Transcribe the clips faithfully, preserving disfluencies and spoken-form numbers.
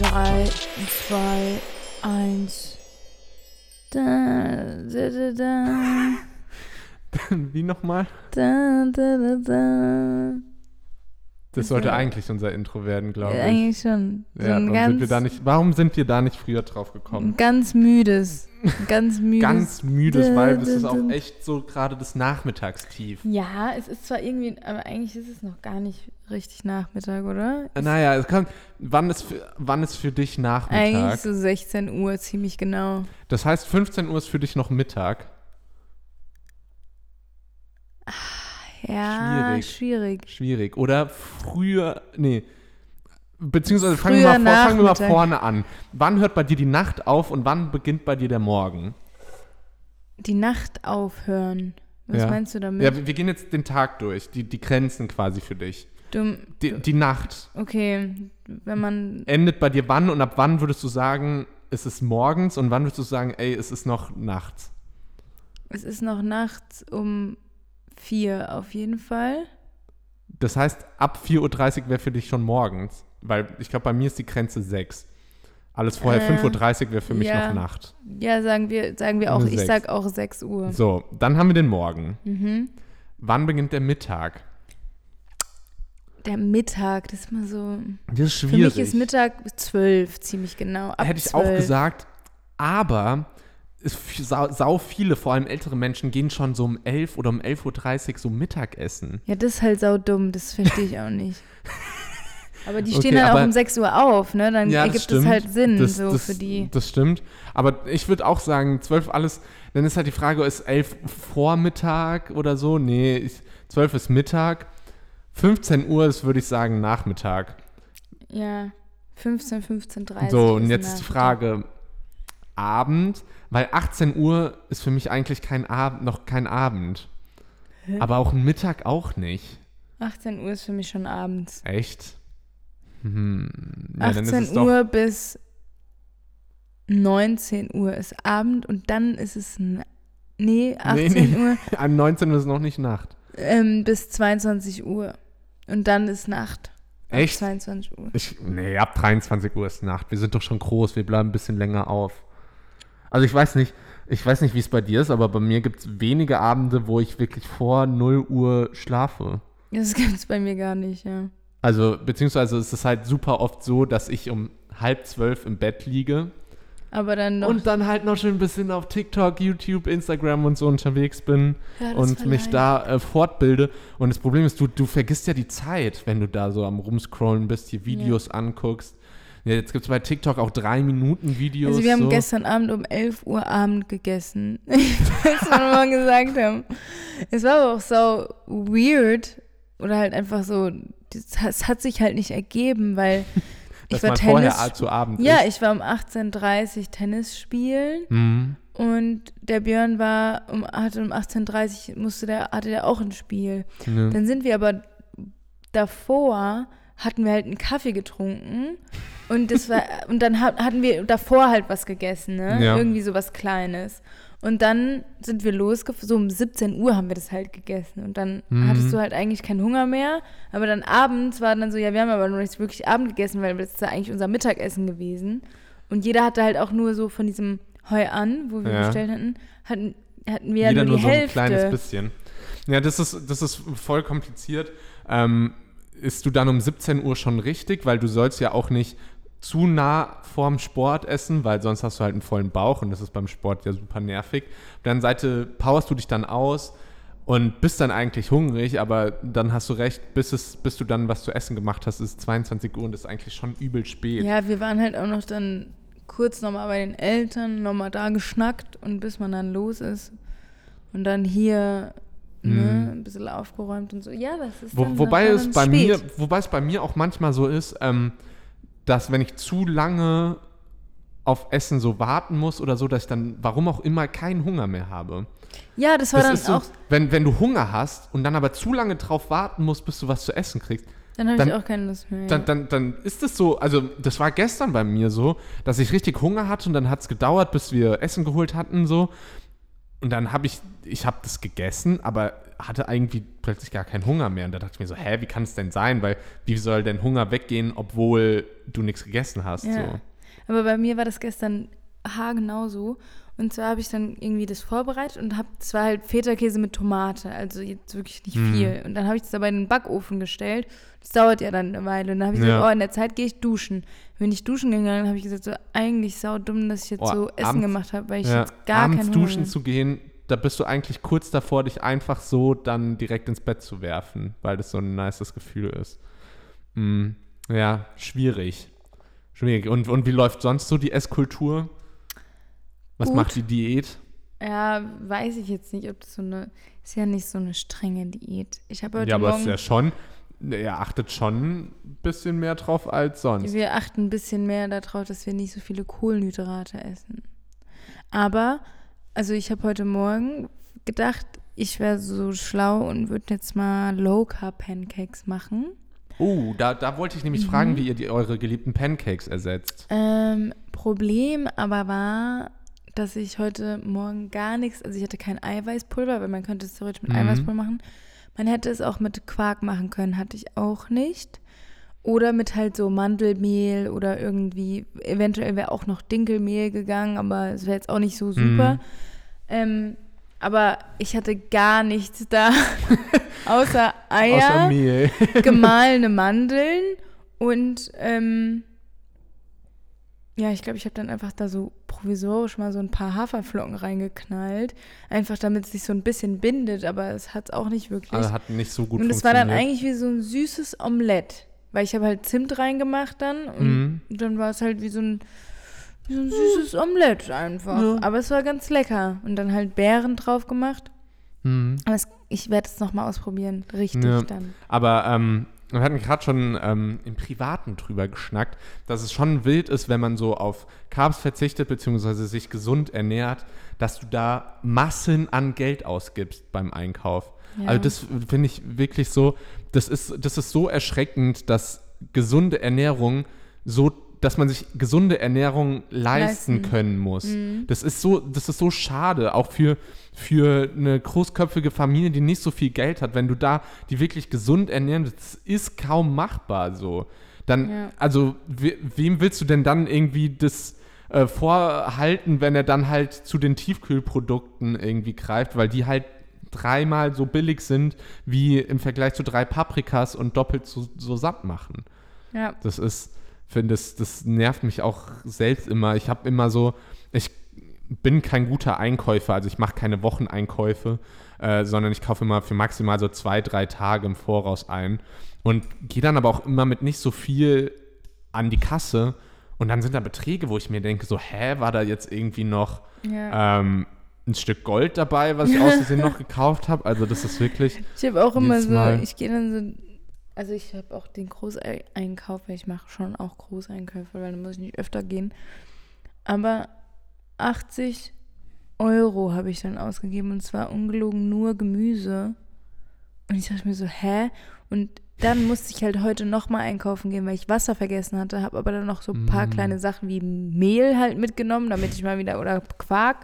drei, zwei, eins. Da, da, da, da. Wie nochmal? Da, da, da, da. Das sollte eigentlich unser Intro werden, glaube ich. Eigentlich schon. So ja, ein warum, ganz, sind wir da nicht, warum sind wir da nicht früher drauf gekommen? ein ganz müdes. Ein ganz müdes. Ganz müdes, weil es ist Da, auch da, da. echt so gerade das Nachmittagstief. Ja, es ist zwar irgendwie, aber eigentlich ist es noch gar nicht richtig Nachmittag, oder? Naja, es kommt, wann ist, für, wann ist für dich Nachmittag? Eigentlich so sechzehn Uhr, ziemlich genau. Das heißt, fünfzehn Uhr ist für dich noch Mittag. Ja, Schwierig. schwierig. Schwierig. Oder früher, nee, beziehungsweise fangen Früher wir, mal vor, fangen wir mal Nachmittag. vorne an. Wann hört bei dir die Nacht auf und wann beginnt bei dir der Morgen? Die Nacht aufhören. Was Ja. meinst du damit? Ja, wir wir gehen jetzt den Tag durch, die, die Grenzen quasi für dich. Du, Die, die Nacht okay, wenn man, endet bei dir wann und ab wann würdest du sagen, es ist morgens und wann würdest du sagen, ey, es ist noch nachts? es ist noch nachts um vier auf jeden Fall. Das heißt, ab vier Uhr dreißig wäre für dich schon morgens, weil ich glaube, bei mir ist die Grenze sechs. Alles vorher Äh, fünf Uhr dreißig wäre für mich ja. noch Nacht. Ja, sagen wir, sagen wir auch, Nur ich sechs. sag auch sechs Uhr. So, dann haben wir den Morgen. Mhm. Wann beginnt der Mittag? Der Mittag, das ist mal so. Das ist Für schwierig. mich ist Mittag zwölf, ziemlich genau. Ab Hätte ich zwölf. auch gesagt, aber es, f- sau, sau viele, vor allem ältere Menschen, gehen schon so um elf oder um elf Uhr dreißig so Mittagessen. Ja, das ist halt saudumm, das verstehe ich auch nicht. Aber die stehen Okay, dann aber- auch um sechs Uhr auf, ne? Dann Ja, das ergibt stimmt. es halt Sinn das, so das, für die. Das stimmt. Aber ich würde auch sagen, zwölf alles, dann ist halt die Frage, ist elf Vormittag oder so? Nee, ich, zwölf ist Mittag. fünfzehn Uhr ist, würde ich sagen, Nachmittag. Ja, fünfzehn, fünfzehn, dreißig. So, und ist jetzt ist die Nachmittag. Frage, Abend, weil achtzehn Uhr ist für mich eigentlich kein Abend, noch kein Abend. Hä? Aber auch ein Mittag auch nicht. achtzehn Uhr ist für mich schon abends. Echt? Hm. Ja, dann ist achtzehn es doch, Uhr bis neunzehn Uhr ist Abend und dann ist es, n- nee, achtzehn nee. Uhr an neunzehn Uhr ist noch nicht Nacht. ähm, bis zweiundzwanzig Uhr. Und dann ist Nacht. Ab Echt? zweiundzwanzig Uhr. Ich, nee, ab dreiundzwanzig Uhr ist Nacht. Wir sind doch schon groß, wir bleiben ein bisschen länger auf. Also ich weiß nicht, ich weiß nicht, wie es bei dir ist, aber bei mir gibt es wenige Abende, wo ich wirklich vor null Uhr schlafe. Das gibt's bei mir gar nicht, ja. Also, beziehungsweise es ist halt super oft so, dass ich um halb zwölf im Bett liege Aber dann noch. und dann halt noch schon ein bisschen auf TikTok, YouTube, Instagram und so unterwegs bin Ja, das und mich verleiht. da äh, fortbilde. Und das Problem ist, du, du vergisst ja die Zeit, wenn du da so am Rumscrollen bist, hier Videos anguckst. Ja, jetzt gibt es bei TikTok auch drei Minuten Videos. Also wir haben so. gestern Abend um elf Uhr Abend gegessen. Ich weiß, was wir mal gesagt haben. Es war aber auch so weird. Oder halt einfach so, das hat, es hat sich halt nicht ergeben, weil ich Dass war man Tennis. vorher zu Abend Ja, ist. ich war um achtzehn Uhr dreißig Tennis spielen Mhm. und der Björn war um, hatte um achtzehn Uhr dreißig musste der, hatte der auch ein Spiel. Ja. Dann sind wir aber davor, hatten wir halt einen Kaffee getrunken und das war und dann hat, hatten wir davor halt was gegessen, ne? Ja. Irgendwie so was Kleines. Und dann sind wir losgefahren, so um siebzehn Uhr haben wir das halt gegessen und dann Mhm. hattest du halt eigentlich keinen Hunger mehr, aber dann abends war dann so, ja, wir haben aber noch nicht wirklich Abend gegessen, weil das ist ja eigentlich unser Mittagessen gewesen und jeder hatte halt auch nur so von diesem Heu an, wo wir Ja. bestellt hatten, hatten, hatten wir Jeder ja nur nur die so ein Hälfte. kleines bisschen. Ja, das ist, das ist voll kompliziert. Ähm, ist du dann um siebzehn Uhr schon richtig, weil du sollst ja auch nicht zu nah vorm Sport essen, weil sonst hast du halt einen vollen Bauch und das ist beim Sport ja super nervig. Auf der anderen Seite powerst du dich dann aus und bist dann eigentlich hungrig, aber dann hast du recht, bis, es, bis du dann was zu essen gemacht hast, ist es zweiundzwanzig Uhr und das ist eigentlich schon übel spät. Ja, wir waren halt auch noch dann kurz nochmal bei den Eltern, nochmal da geschnackt und bis man dann los ist und dann hier ne, ein bisschen aufgeräumt und so. Ja, das ist Wo, dann wobei, nachher es dann bei spät. mir, wobei es bei mir auch manchmal so ist, ähm, dass wenn ich zu lange auf Essen so warten muss oder so, dass ich dann, warum auch immer, keinen Hunger mehr habe. Ja, das war Das dann ist so, auch, wenn, wenn du Hunger hast und dann aber zu lange drauf warten musst, bis du was zu essen kriegst, dann habe dann- ich auch keine Lust mehr. dann, dann, dann ist es so, also das war gestern bei mir so, dass ich richtig Hunger hatte und dann hat es gedauert, bis wir Essen geholt hatten so und dann habe ich, ich habe das gegessen, aber hatte irgendwie plötzlich gar keinen Hunger mehr. Und da dachte ich mir so, hä, wie kann es denn sein? Weil wie soll denn Hunger weggehen, obwohl du nichts gegessen hast? Ja. So. Aber bei mir war das gestern haargenau so. Und zwar habe ich dann irgendwie das vorbereitet und habe, das war halt Feta-Käse mit Tomate, also jetzt wirklich nicht Mhm. viel. Und dann habe ich das aber in den Backofen gestellt. Das dauert ja dann eine Weile. Und dann habe ich Ja. gesagt, oh, in der Zeit gehe ich duschen. Wenn ich duschen gegangen, habe ich gesagt, so eigentlich saudumm, dass ich jetzt Oh, so Essen abends- gemacht habe, weil ich Ja, jetzt gar abends keinen Hunger duschen habe. zu gehen, da bist du eigentlich kurz davor, dich einfach so dann direkt ins Bett zu werfen, weil das so ein nices Gefühl ist. Mm, ja, schwierig. Schwierig. Und, und wie läuft sonst so die Esskultur? Was Gut. macht die Diät? Ja, weiß ich jetzt nicht, ob das so eine, ist ja nicht so eine strenge Diät. Ich habe heute Ja, aber es Morgen, ist ja schon, er achtet schon ein bisschen mehr drauf als sonst. wir achten ein bisschen mehr darauf, dass wir nicht so viele Kohlenhydrate essen. Aber, also ich habe heute Morgen gedacht, ich wäre so schlau und würde jetzt mal Low-Carb-Pancakes machen. Oh, da, da wollte ich nämlich Mhm. fragen, wie ihr die, eure geliebten Pancakes ersetzt. Ähm, Problem aber war, dass ich heute Morgen gar nichts, also ich hatte kein Eiweißpulver, weil man könnte es theoretisch mit Mhm. Eiweißpulver machen. Man hätte es auch mit Quark machen können, hatte ich auch nicht. Oder mit halt so Mandelmehl oder irgendwie, eventuell wäre auch noch Dinkelmehl gegangen, aber es wäre jetzt auch nicht so super. Mhm. Ähm, aber ich hatte gar nichts da, außer Eier, Außer Mehl. gemahlene Mandeln und ähm, ja, ich glaube, ich habe dann einfach da so provisorisch mal so ein paar Haferflocken reingeknallt. Einfach damit es sich so ein bisschen bindet, aber es hat es auch nicht wirklich. Also hat nicht so gut und es war dann funktioniert. eigentlich wie so ein süßes Omelett. Weil ich habe halt Zimt reingemacht dann und Mhm. dann war es halt wie so ein, wie so ein süßes Omelett einfach. Ja. Aber es war ganz lecker. Und dann halt Beeren drauf gemacht. Mhm. Aber es, ich werde es nochmal ausprobieren. Richtig Ja. dann. Aber ähm, wir hatten gerade schon ähm, im Privaten drüber geschnackt, dass es schon wild ist, wenn man so auf Carbs verzichtet beziehungsweise sich gesund ernährt, dass du da Massen an Geld ausgibst beim Einkauf. Ja. Also das finde ich wirklich so, das ist, das ist so erschreckend, dass gesunde Ernährung so, dass man sich gesunde Ernährung leisten, Leisten. können muss. Mhm. Das ist so, das ist so schade, auch für, für eine großköpfige Familie, die nicht so viel Geld hat. Wenn du da die wirklich gesund ernähren willst, das ist kaum machbar so. Dann, Ja. also we, wem willst du denn dann irgendwie das äh, vorhalten, wenn er dann halt zu den Tiefkühlprodukten irgendwie greift, weil die halt dreimal so billig sind wie im Vergleich zu drei Paprikas und doppelt so, so satt machen. Ja. Das ist, finde das, das nervt mich auch selbst immer. Ich habe immer so, ich bin kein guter Einkäufer, also ich mache keine Wocheneinkäufe, äh, sondern ich kaufe immer für maximal so zwei, drei Tage im Voraus ein und gehe dann aber auch immer mit nicht so viel an die Kasse und dann sind da Beträge, wo ich mir denke, so, hä, war da jetzt irgendwie noch Ja. ähm, ein Stück Gold dabei, was ich aus Versehen noch gekauft habe? Also das ist wirklich, Ich habe auch immer jedes so, Mal. ich gehe dann so, also ich habe auch den Großeinkauf, weil ich mache schon auch Großeinkäufe, weil dann muss ich nicht öfter gehen. Aber achtzig Euro habe ich dann ausgegeben und zwar ungelogen nur Gemüse. Und ich dachte mir so, hä? Und dann musste ich halt heute nochmal einkaufen gehen, weil ich Wasser vergessen hatte, habe aber dann noch so ein paar Mm. kleine Sachen wie Mehl halt mitgenommen, damit ich mal wieder, oder Quark.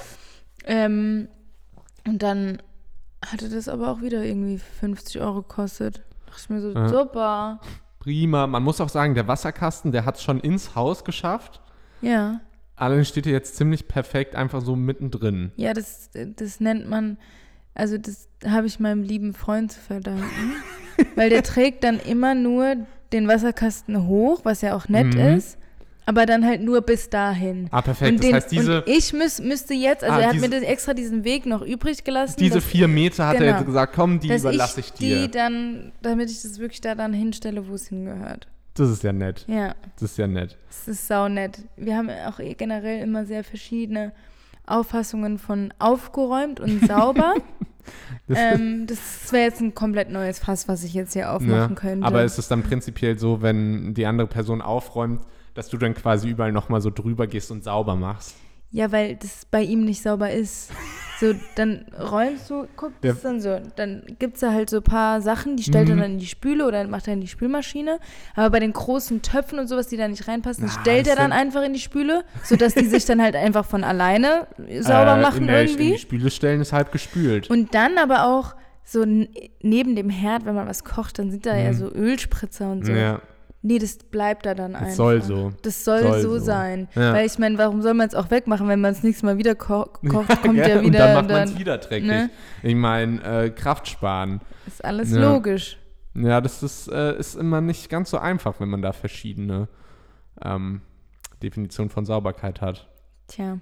Ähm, und dann hatte das aber auch wieder irgendwie fünfzig Euro gekostet. Da dachte ich mir so, Ja. super. prima. Man muss auch sagen, der Wasserkasten, der hat es schon ins Haus geschafft. Ja, Allerdings steht hier jetzt ziemlich perfekt einfach so mittendrin. ja, das, das nennt man, also das habe ich meinem lieben Freund zu verdanken, weil der trägt dann immer nur den Wasserkasten hoch, was ja auch nett Mhm. ist, aber dann halt nur bis dahin. Ah, perfekt. Und, das den, heißt, diese, und ich müß, müsste jetzt, also Ah, er hat diese- mir das, extra diesen Weg noch übrig gelassen, diese dass, vier Meter hat er genau. jetzt gesagt, komm, die dass überlasse ich, ich dir. die dann, damit ich das wirklich da dann hinstelle, wo es hingehört. Das ist ja nett. Ja, Das ist ja nett. das ist saunett. Wir haben auch eh generell immer sehr verschiedene Auffassungen von aufgeräumt und sauber. Das ähm, das wäre jetzt ein komplett neues Fass, was ich jetzt hier aufmachen Ja, könnte. aber ist es dann prinzipiell so, wenn die andere Person aufräumt, dass du dann quasi überall nochmal so drüber gehst und sauber machst? Ja, weil das bei ihm nicht sauber ist. So, dann räumst du, guck, das ist dann so, dann gibt es da halt so ein paar Sachen, die stellt er dann in die Spüle oder macht er in die Spülmaschine. Aber bei den großen Töpfen und sowas, die da nicht reinpassen, Na, stellt er dann sind- einfach in die Spüle, sodass die sich dann halt einfach von alleine sauber äh, machen in der, irgendwie. In die Spüle stellen ist halb gespült. Und dann aber auch so n- neben dem Herd, wenn man was kocht, dann sind da ja so Ölspritzer und so. Ja. Nee, das bleibt da dann einfach. soll so. Das soll, Soll so, so. sein. Ja. Weil ich meine, warum soll man es auch wegmachen, wenn man es nächstes Mal wieder ko- kocht, kommt ja, Ja, wieder. und dann macht man es dann- wieder dreckig. ne? Ich meine, äh, Kraft sparen. Ist alles Ja. logisch. Ja, das ist, äh, ist immer nicht ganz so einfach, wenn man da verschiedene ähm, Definitionen von Sauberkeit hat. Tja.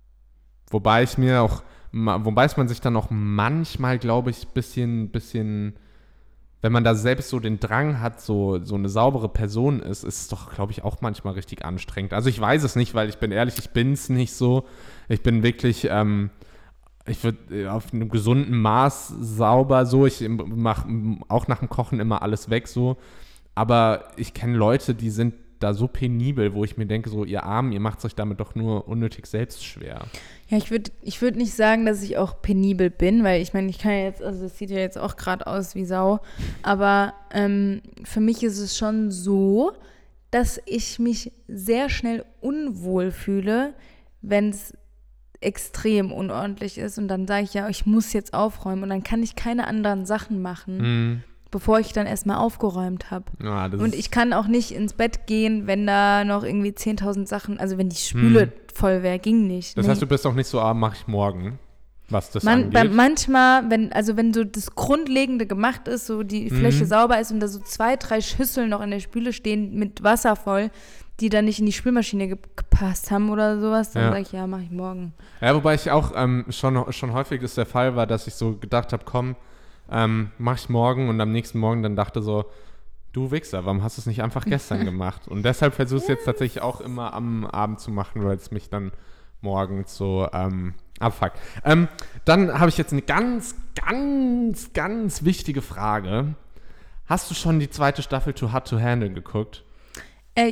Wobei ich mir auch, ma- wobei es man sich dann auch manchmal, glaube ich, bisschen, bisschen, wenn man da selbst so den Drang hat, so, so eine saubere Person ist, ist es doch, glaube ich, auch manchmal richtig anstrengend. Also ich weiß es nicht, weil ich bin ehrlich, ich bin es nicht so. Ich bin wirklich, ähm, ich würde auf einem gesunden Maß sauber so. Ich mache auch nach dem Kochen immer alles weg so. Aber ich kenne Leute, die sind da so penibel, wo ich mir denke, so ihr Armen, ihr macht es euch damit doch nur unnötig selbst schwer. Ja, ich würde ich würd nicht sagen, dass ich auch penibel bin, weil ich meine, ich kann ja jetzt, also das sieht ja jetzt auch gerade aus wie Sau, aber ähm, für mich ist es schon so, dass ich mich sehr schnell unwohl fühle, wenn es extrem unordentlich ist und dann sage ich ja, ich muss jetzt aufräumen und dann kann ich keine anderen Sachen machen, Mhm. bevor ich dann erstmal aufgeräumt habe. Ja, das Und ist- ich kann auch nicht ins Bett gehen, wenn da noch irgendwie zehntausend Sachen, also wenn die Spüle Hm. voll wäre, ging nicht. Das Nee. heißt, du bist auch nicht so, ah, mach ich morgen, was das Man, bei, angeht. manchmal, wenn, also wenn so das Grundlegende gemacht ist, so die Fläche Mhm. sauber ist und da so zwei, drei Schüsseln noch in der Spüle stehen mit Wasser voll, die dann nicht in die Spülmaschine ge- gepasst haben oder sowas, dann Ja. sage ich, ja, mache ich morgen. Ja, wobei ich auch ähm, schon, schon häufig das der Fall war, dass ich so gedacht habe, komm, ähm, mach ich morgen und am nächsten Morgen dann dachte so, du Wichser, warum hast du es nicht einfach gestern gemacht? Und deshalb versuche ich es jetzt tatsächlich auch immer am Abend zu machen, weil es mich dann morgens so ähm, abfuckt. Ähm, dann habe ich jetzt eine ganz, ganz, ganz wichtige Frage. Hast du schon die zweite Staffel Too Hot to Handle geguckt? Äh,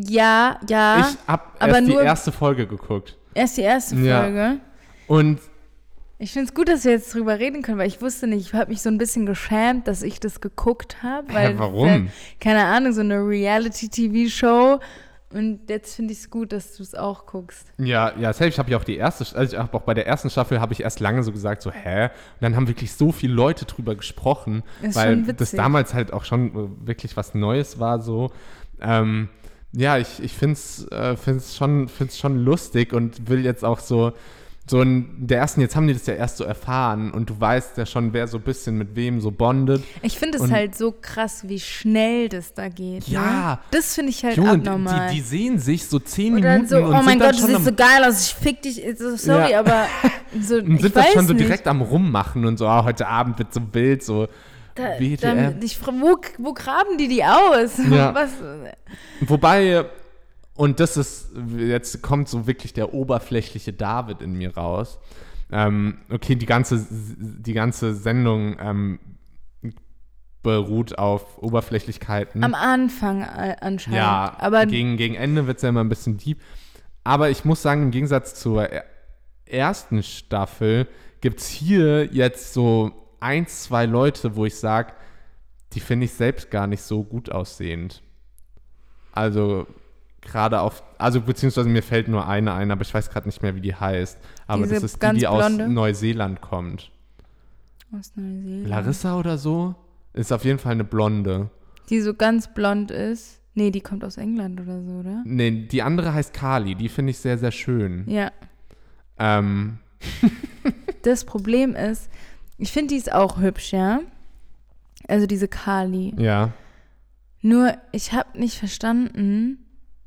ja, ja, Ich habe aber erst die nur- erste Folge geguckt. erst die erste Ja. Folge. Und Ich finde es gut, dass wir jetzt drüber reden können, weil ich wusste nicht, ich habe mich so ein bisschen geschämt, dass ich das geguckt habe. Hä, warum? Keine Ahnung, so eine Reality-T V-Show. Und jetzt finde ich es gut, dass du es auch guckst. Ja, ja, safe. Ich habe ja auch die erste, also ich habe auch bei der ersten Staffel habe ich erst lange so gesagt, so, hä? Und dann haben wirklich so viele Leute drüber gesprochen, Ist weil schon das witzig. damals halt auch schon äh, wirklich was Neues war, so. Ähm, ja, ich, ich finde es äh, find's schon, find's schon lustig und will jetzt auch so, so in der ersten, jetzt haben die das ja erst so erfahren und du weißt ja schon, wer so ein bisschen mit wem so bondet. Ich finde es Und- halt so krass, wie schnell das da geht. Ja. Ne? Das finde ich halt Junge, abnormal. die, die sehen sich so zehn und Minuten dann so, und oh sind mein dann Gott, du schon siehst am so geil aus, ich fick dich. So, sorry, Ja. aber so, und ich sind das weiß schon so nicht. direkt am Rummachen und so, ah, heute Abend wird so wild, so Da, W T F. dann, ich, fra- wo, wo graben die die aus? Ja. Was? Wobei, und das ist, jetzt kommt so wirklich der oberflächliche David in mir raus. Ähm, okay, die ganze, die ganze Sendung ähm, beruht auf Oberflächlichkeiten. Am Anfang äh, anscheinend. ja, aber gegen, gegen Ende wird es ja immer ein bisschen deep. Aber ich muss sagen, im Gegensatz zur er- ersten Staffel gibt es hier jetzt so ein, zwei Leute, wo ich sage, die finde ich selbst gar nicht so gut aussehend. Also gerade auf, also beziehungsweise mir fällt nur eine ein, aber ich weiß gerade nicht mehr, wie die heißt. Aber Diese das ist die, ganz die aus blonde? Neuseeland kommt. aus Neuseeland. Larissa oder so? Ist auf jeden Fall eine Blonde. Die so ganz blond ist. Nee, die kommt aus England oder so, oder? Nee, die andere heißt Kali, die finde ich sehr, sehr schön. Ja. Ähm, Das Problem ist, ich finde, die ist auch hübsch, ja? Also diese Kali. ja. Nur, ich habe nicht verstanden,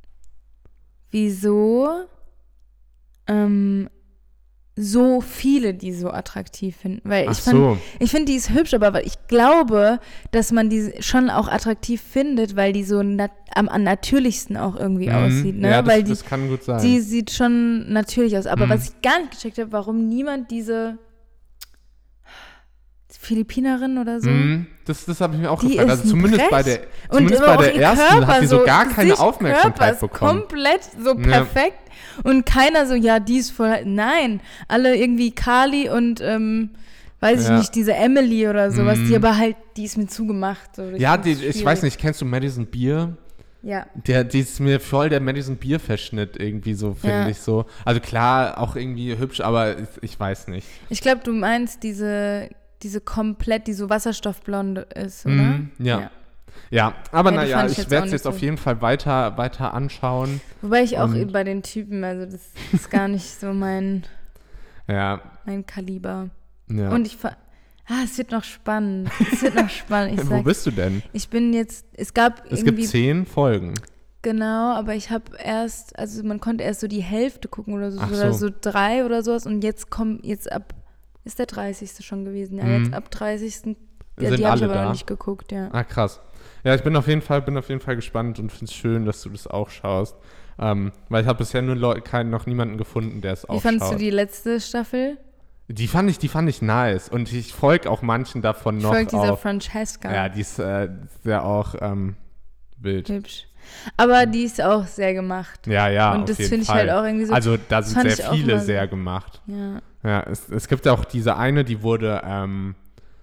wieso ähm, so viele die so attraktiv finden. Weil Ach ich fand, so. ich finde, die ist hübsch, aber weil ich glaube, dass man die schon auch attraktiv findet, weil die so nat- am, am natürlichsten auch irgendwie Mhm. aussieht. Ne? Ja, das, weil die, das kann gut sein. die sieht schon natürlich aus. Aber Mhm. was ich gar nicht gecheckt habe, warum niemand diese, Philippinerin oder so. Mm, das das habe ich mir auch Die gefragt. ist Also ein zumindest Brett. bei der, Und zumindest immer bei der auch ihr ersten Körper, hat die so gar Gesicht, keine Körper Aufmerksamkeit ist bekommen. komplett so Ja. perfekt. Und keiner so, ja, die ist voll. Nein, alle irgendwie Carly und, ähm, weiß Ja. ich nicht, diese Emily oder sowas, Mhm. die aber halt, die ist mir zugemacht. So. Ja, die, find's ich weiß schwierig. nicht, kennst du Madison Beer? Ja. Der, die ist mir voll der Madison Beer-Verschnitt irgendwie so, finde Ja. ich so. Also klar, auch irgendwie hübsch, aber ich, ich weiß nicht. Ich glaube, du meinst diese, diese komplett, die so wasserstoffblonde ist, oder? Mhm, ja. Ja, aber Ja, die naja, fand ich ich jetzt werde auch es nicht jetzt auf so. jeden Fall weiter, weiter anschauen. Wobei ich auch Und- bei den Typen, also das ist gar nicht so mein, Ja, mein Kaliber. ja. Und ich ver Ah, es wird noch spannend. Es wird noch spannend. Ich Wo sag, bist du denn? ich bin jetzt, es gab Es irgendwie, gibt zehn Folgen. genau, aber ich habe erst, also man konnte erst so die Hälfte gucken oder so, Ach oder so. so drei oder sowas und jetzt kommen, jetzt ab, ist der dreißigste schon gewesen, ja, Mhm. jetzt ab dreißigsten Ja, Sind die habe ich alle aber da? noch nicht geguckt, ja. Ah, krass. Ja, ich bin auf jeden Fall, bin auf jeden Fall gespannt und finde es schön, dass du das auch schaust. Ähm, weil ich habe bisher nur Leu keinen, noch niemanden gefunden, der es auch Wie fandest schaut. du die letzte Staffel? Die fand ich, die fand ich nice und ich folge auch manchen davon Ich noch folge dieser auf. Francesca. Ja, die ist äh, sehr auch ähm, wild. Hübsch. Aber die ist auch sehr gemacht. Ja, ja, Und auf das jeden finde ich Fall. halt auch irgendwie so. Also da sind fand sehr ich auch viele immer so- sehr gemacht. Ja. Ja, es, es gibt auch diese eine, die wurde, ähm,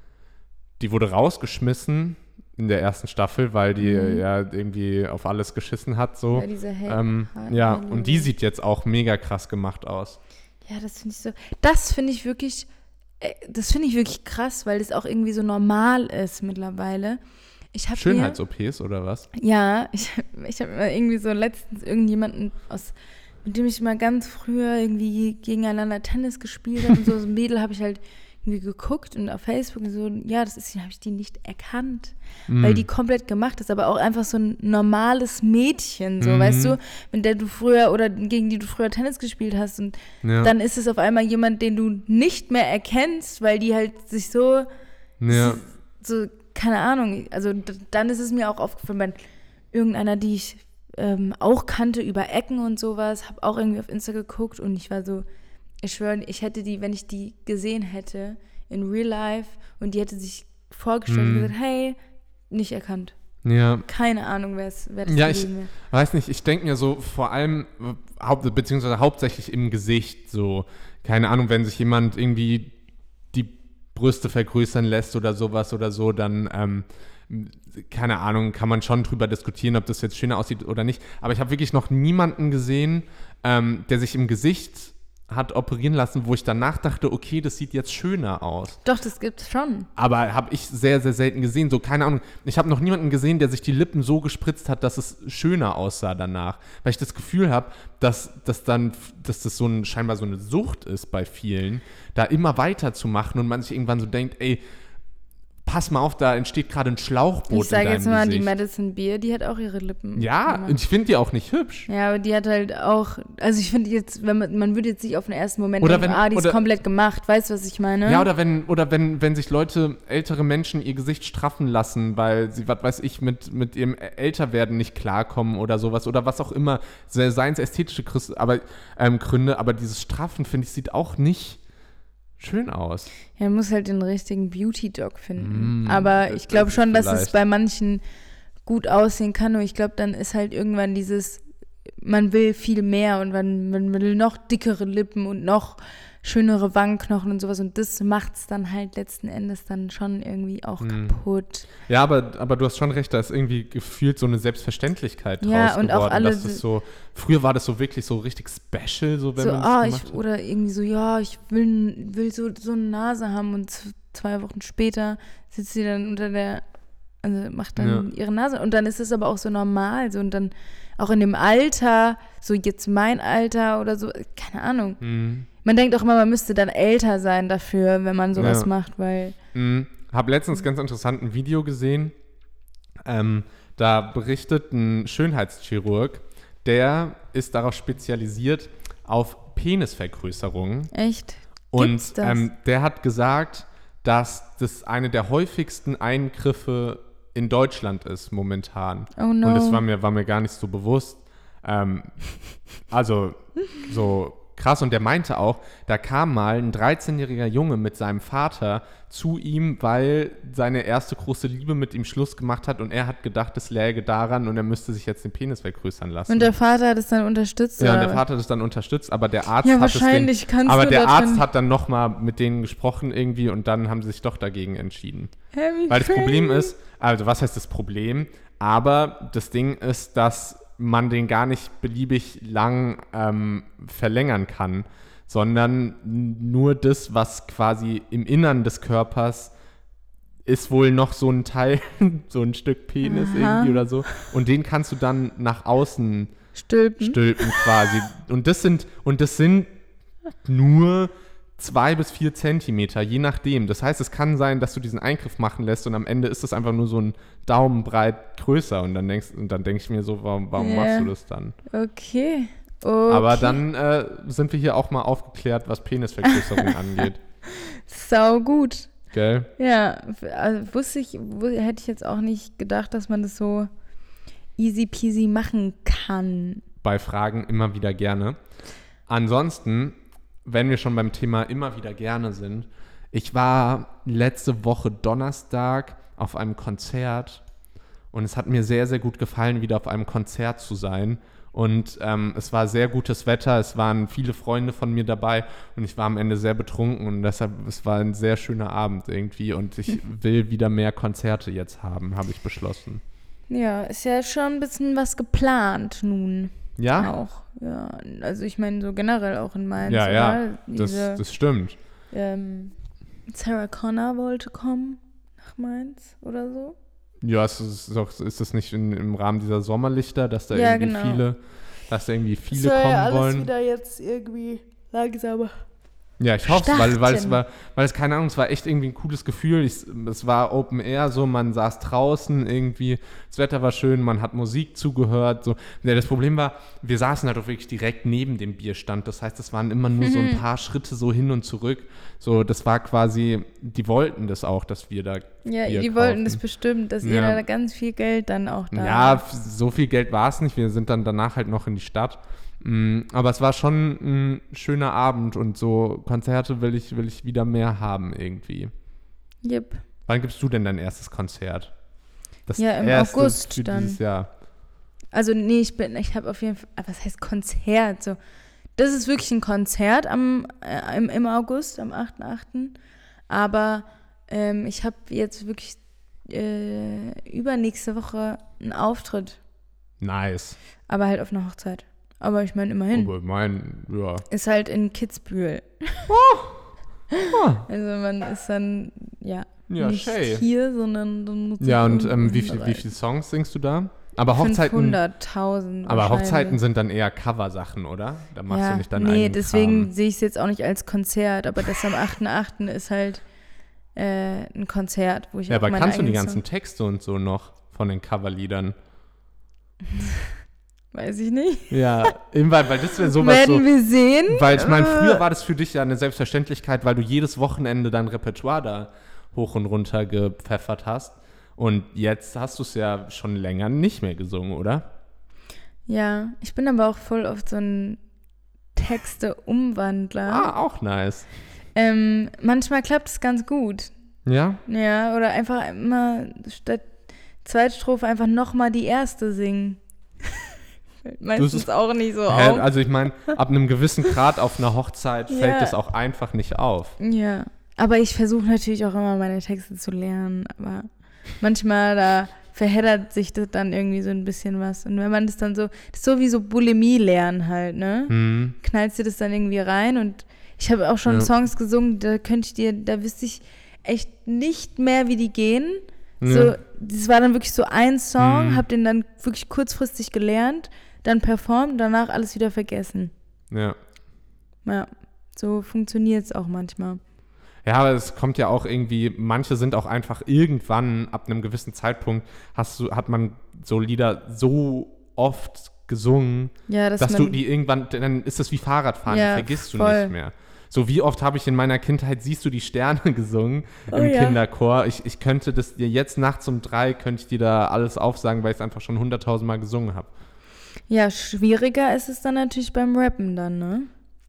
die wurde rausgeschmissen in der ersten Staffel, weil die Mhm. ja irgendwie auf alles geschissen hat so. Ja, diese Hel Ähm, Ha- ja, Helene. und die sieht jetzt auch mega krass gemacht aus. Ja, das finde ich so. Das finde ich wirklich. äh, Das finde ich wirklich krass, weil das auch irgendwie so normal ist mittlerweile. Ich habe Schönheits-O Ps oder was? Ja, ich, ich habe irgendwie so letztens irgendjemanden aus, mit dem ich mal ganz früher irgendwie gegeneinander Tennis gespielt habe und so, so ein Mädel habe ich halt irgendwie geguckt und auf Facebook und so, ja, das ist, habe ich die nicht erkannt, Mhm. weil die komplett gemacht ist, aber auch einfach so ein normales Mädchen, so, Mhm. weißt du, mit der du früher oder gegen die du früher Tennis gespielt hast und Ja. dann ist es auf einmal jemand, den du nicht mehr erkennst, weil die halt sich so ja. so, keine Ahnung, also d- dann ist es mir auch aufgefallen, bei irgendeiner, die ich ähm, auch kannte über Ecken und sowas, habe auch irgendwie auf Insta geguckt und ich war so, ich schwöre, ich hätte die, wenn ich die gesehen hätte in Real Life und die hätte sich vorgestellt Mhm. und gesagt, hey, nicht erkannt. ja. Keine Ahnung, wer es wer das Ja, ich gewesen wäre. weiß nicht, ich denke mir so vor allem, äh, haupt, beziehungsweise hauptsächlich im Gesicht, so, keine Ahnung, wenn sich jemand irgendwie die Brüste vergrößern lässt oder sowas oder so, dann, ähm, keine Ahnung, kann man schon drüber diskutieren, ob das jetzt schöner aussieht oder nicht. Aber ich habe wirklich noch niemanden gesehen, ähm, der sich im Gesicht hat operieren lassen, wo ich danach dachte, okay, das sieht jetzt schöner aus. Doch, das gibt's schon. Aber habe ich sehr, sehr selten gesehen. So, keine Ahnung. Ich habe noch niemanden gesehen, der sich die Lippen so gespritzt hat, dass es schöner aussah danach. Weil ich das Gefühl habe, dass, dass dann, dass das so ein, scheinbar so eine Sucht ist bei vielen, da immer weiterzumachen und man sich irgendwann so denkt, ey, pass mal auf, da entsteht gerade ein Schlauchboot Ich sage in jetzt deinem mal, die Gesicht. Madison Beer, die hat auch ihre Lippen Ja, gemacht. und ich finde die auch nicht hübsch. Ja, aber die hat halt auch, also ich finde jetzt, wenn man, man würde jetzt nicht auf den ersten Moment Oder denken, wenn- ah, die ist oder- komplett gemacht, weißt du, was ich meine? Ja, oder wenn, oder wenn, wenn sich Leute, ältere Menschen ihr Gesicht straffen lassen, weil sie, was weiß ich, mit, mit ihrem Älterwerden nicht klarkommen oder sowas oder was auch immer, seien es ästhetische Grüß- aber, ähm, Gründe, aber dieses Straffen, finde ich, sieht auch nicht schön aus. Ja, man muss halt den richtigen Beauty-Doc finden. Mm, aber das- ich glaube das schon, dass es vielleicht. bei manchen gut aussehen kann, und ich glaube, dann ist halt irgendwann dieses, man will viel mehr und man, man will noch dickere Lippen und noch schönere Wangenknochen und sowas, und das macht es dann halt letzten Endes dann schon irgendwie auch Mm. kaputt. Ja, aber, aber du hast schon recht, da ist irgendwie gefühlt so eine Selbstverständlichkeit draus Ja, und auch geworden, alle dass das so, früher war das so wirklich so richtig special, so wenn So, man ah, das ich, gemacht hat. oder irgendwie so, ja, ich will, will so, so eine Nase haben, und z- zwei Wochen später sitzt sie dann unter der, also macht dann ihre Nase, und dann ist es aber auch so normal, so, und dann auch in dem Alter, so jetzt mein Alter oder so, keine Ahnung. Mhm. Man denkt auch immer, man müsste dann älter sein dafür, wenn man sowas Ja. macht, weil, Mhm. Habe letztens ganz interessant ein Video gesehen. Ähm, da berichtet ein Schönheitschirurg, der ist darauf spezialisiert auf Penisvergrößerungen. echt, Und gibt's das? ähm, der hat gesagt, dass das eine der häufigsten Eingriffe in Deutschland ist momentan. Oh no. Und das war mir, war mir gar nicht so bewusst. Ähm, also so krass. Und der meinte auch, da kam mal ein dreizehnjähriger Junge mit seinem Vater zu ihm, weil seine erste große Liebe mit ihm Schluss gemacht hat und er hat gedacht, es läge daran und er müsste sich jetzt den Penis vergrößern lassen. Und der Vater hat es dann unterstützt? Ja, und oder? der Vater hat es dann unterstützt, aber der Arzt ja, hat wahrscheinlich es den, kannst aber du der da Arzt drin- hat dann nochmal mit denen gesprochen irgendwie und dann haben sie sich doch dagegen entschieden. Hä, wie Weil das strange. Problem ist, also was heißt das Problem? Aber das Ding ist, dass man den gar nicht beliebig lang ähm, verlängern kann, sondern nur das, was quasi im Innern des Körpers ist wohl noch so ein Teil, so ein Stück Penis Aha. irgendwie oder so. Und den kannst du dann nach außen Stülpen. stülpen quasi. Und das sind, und das sind nur zwei bis vier Zentimeter, je nachdem. Das heißt, es kann sein, dass du diesen Eingriff machen lässt und am Ende ist es einfach nur so ein Daumenbreit größer. Und dann denkst, und dann denke ich mir so, warum, warum Ja. machst du das dann? Okay. okay. Aber dann äh, sind wir hier auch mal aufgeklärt, was Penisvergrößerung angeht. Sau gut. Gell? Ja, also wusste ich, wu- hätte ich jetzt auch nicht gedacht, dass man das so easy peasy machen kann. Bei Fragen immer wieder gerne. Ansonsten, wenn wir schon beim Thema immer wieder gerne sind, ich war letzte Woche Donnerstag auf einem Konzert und es hat mir sehr, sehr gut gefallen, wieder auf einem Konzert zu sein. Und ähm, es war sehr gutes Wetter, es waren viele Freunde von mir dabei und ich war am Ende sehr betrunken und deshalb, es war ein sehr schöner Abend irgendwie und ich will wieder mehr Konzerte jetzt haben, habe ich beschlossen. Ja, ist ja schon ein bisschen was geplant nun. Ja? Auch, ja. Also ich meine so generell auch in Mainz. Ja, ja, oder? das, Diese, das stimmt. ähm, Sarah Connor wollte kommen nach Mainz oder so. Ja, es ist, doch, ist das nicht in, im Rahmen dieser Sommerlichter, dass da Ja, irgendwie genau. viele, dass da irgendwie viele Soll kommen ja alles wollen? wieder jetzt irgendwie langsamer. Ja, ich hoffe es, weil, weil es starten. war, weil es, keine Ahnung, es war echt irgendwie ein cooles Gefühl. Ich, es war Open Air, so, man saß draußen irgendwie, das Wetter war schön, man hat Musik zugehört, so. Ja, das Problem war, wir saßen halt auch wirklich direkt neben dem Bierstand, das heißt, es waren immer nur so ein paar Schritte so hin und zurück, so, das war quasi, die wollten das auch, dass wir da Ja, Bier die wollten kaufen. das bestimmt, dass ihr Ja. da ganz viel Geld dann auch da Ja, f- so viel Geld war es nicht. Wir sind dann danach halt noch in die Stadt. Mm, Aber es war schon ein schöner Abend und so Konzerte will ich, will ich wieder mehr haben irgendwie. Yep. Wann gibst du denn dein erstes Konzert? Das Ja, im erste August für dann. dieses Jahr. Also nee, ich bin, ich habe auf jeden Fall, was heißt Konzert? So, das ist wirklich ein Konzert am, äh, im, im August, am achten achten Aber ähm, ich habe jetzt wirklich äh, übernächste Woche einen Auftritt, Nice. aber halt auf einer Hochzeit. Aber ich meine immerhin, Aber mein, ja. ist halt in Kitzbühel. Oh. Also man ist dann, ja, Ja, nicht schön. hier, sondern dann muss Ja, ich und ähm, irgendwo wie, viel, wie hinreisen. viele Songs singst du da? Aber Hochzeiten, fünfhunderttausend aber wahrscheinlich. Hochzeiten sind dann eher Coversachen, oder? Da machst ja, du nicht deinen nee, eigenen deswegen Kram. sehe ich es jetzt auch nicht als Konzert, aber das am achten achten ist halt äh, ein Konzert, wo ich Ja, auch aber meine kannst du die eigenen ganzen Texte und so noch von den Coverliedern? Songs- Weiß ich nicht. Ja, eben weil, weil das wäre sowas Werden so. wir sehen. Weil ich meine, Äh, früher war das für dich ja eine Selbstverständlichkeit, weil du jedes Wochenende dein Repertoire da hoch und runter gepfeffert hast. Und jetzt hast du es ja schon länger nicht mehr gesungen, oder? Ja, ich bin aber auch voll oft so ein Texte-Umwandler. Ah, auch nice. Ähm, manchmal klappt es ganz gut. Ja? Ja, oder einfach immer statt Zweitstrophe einfach nochmal die erste singen. Fällt Meistens ist- auch nicht so Hä, auf. also ich meine, ab einem gewissen Grad auf einer Hochzeit fällt Ja. das auch einfach nicht auf. Ja, aber ich versuche natürlich auch immer meine Texte zu lernen, aber manchmal da verheddert sich das dann irgendwie so ein bisschen was. Und wenn man das dann so, das ist so wie so Bulimie lernen halt, ne? Hm. Knallst dir das dann irgendwie rein und ich habe auch schon Ja. Songs gesungen, da könnte ich dir, da wüsste ich echt nicht mehr, wie die gehen. Ja. So, das war dann wirklich so ein Song, Mhm. habe den dann wirklich kurzfristig gelernt, dann performt, danach alles wieder vergessen. Ja. Ja, so funktioniert es auch manchmal. Ja, aber es kommt ja auch irgendwie, manche sind auch einfach irgendwann, ab einem gewissen Zeitpunkt, hast du, hat man so Lieder so oft gesungen, Ja, dass, dass man, du die irgendwann, dann ist das wie Fahrradfahren, Ja, die vergisst du voll. nicht mehr. So wie oft habe ich in meiner Kindheit Siehst du die Sterne gesungen Oh im ja. Kinderchor. Ich, ich könnte das dir jetzt nachts um drei, könnte ich dir da alles aufsagen, weil ich es einfach schon hunderttausend Mal gesungen habe. Ja, schwieriger ist es dann natürlich beim Rappen dann, ne?